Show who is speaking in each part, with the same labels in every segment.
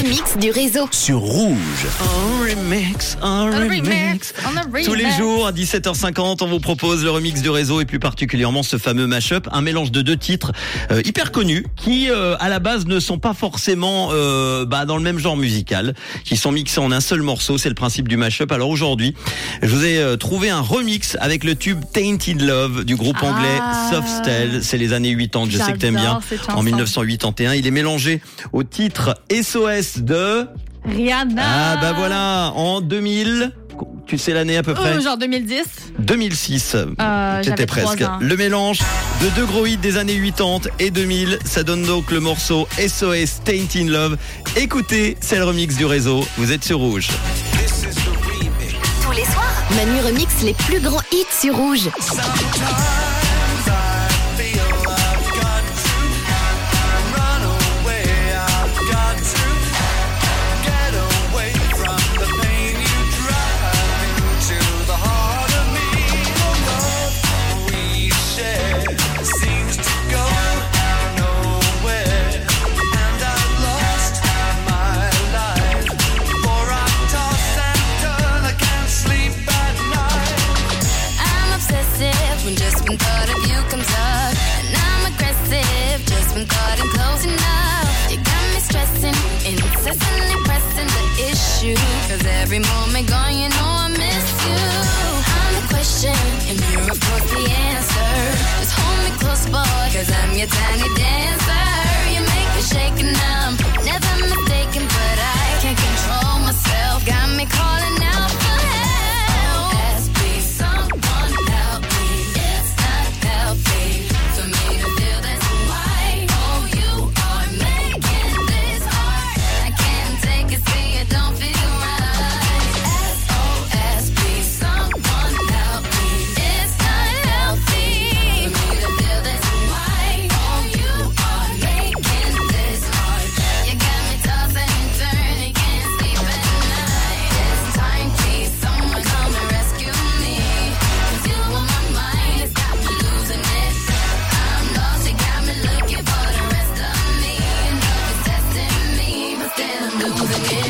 Speaker 1: remix du réseau.
Speaker 2: Sur Rouge.
Speaker 3: Un remix. Tous les jours à 17h50, on vous propose le remix du réseau et plus particulièrement ce fameux mashup, un mélange de deux titres hyper connus qui à la base ne sont pas forcément dans le même genre musical, qui sont mixés en un seul morceau. C'est le principe du mashup. Alors aujourd'hui, je vous ai trouvé un remix avec le tube Tainted Love du groupe anglais Sofstell. C'est les années 80, je sais que t'aimes bien. En 1981, il est mélangé au titre SOS de
Speaker 4: Rihanna.
Speaker 3: Ah bah voilà, en 2000. Tu sais l'année à peu près?
Speaker 4: Genre 2010.
Speaker 3: 2006.
Speaker 4: J'avais
Speaker 3: Presque.
Speaker 4: 3 ans.
Speaker 3: Le mélange de deux gros hits des années 80 et 2000, ça donne donc le morceau SOS Tainted Love. Écoutez, c'est le remix du réseau. Vous êtes sur Rouge.
Speaker 1: Tous les soirs, Manu remix les plus grands hits sur Rouge.
Speaker 5: When just one thought of you comes up, and I'm aggressive just when thought I'm close enough. You got me stressing, incessantly pressing the issue, cause every moment gone you know I miss you. I'm the question and you're of course the answer. Just hold me close boy, cause I'm your tiny dancer. You make me shake and numb, never mistaken, but I can't control myself. Got me calling out for help. Ask please someone help me. It's not healthy for me to feel this way. Oh, you are making this hard. I can't take it, see it don't feel right. SOS, please someone help me. It's not healthy for me to feel this way. Oh, you are making this hard. You got me tossing and turning, can't sleep at night. It's time, please someone come and rescue me. 'Cause you on my mind, it's got me losing it. I'm lost, you got me looking for the rest of me. And love is testing me, but still I'm losing it.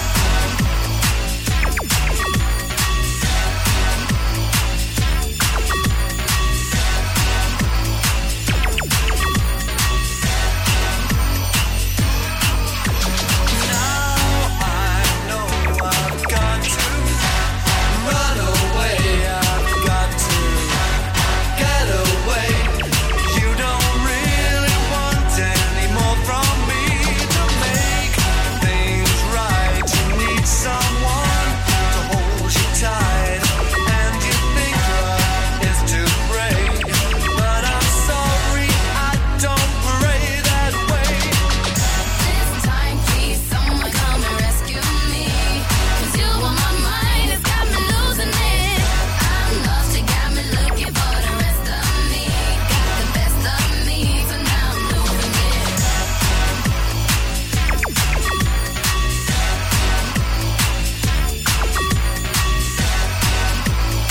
Speaker 5: This time, please, someone come and rescue me. 'Cause you on my mind, it's got me losing it. I'm lost, you got me looking for the rest of me. Got the best of me, so now I'm losing it.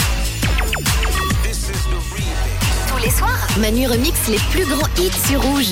Speaker 1: Tous les soirs, Manu remix les plus grands hits sur Rouge.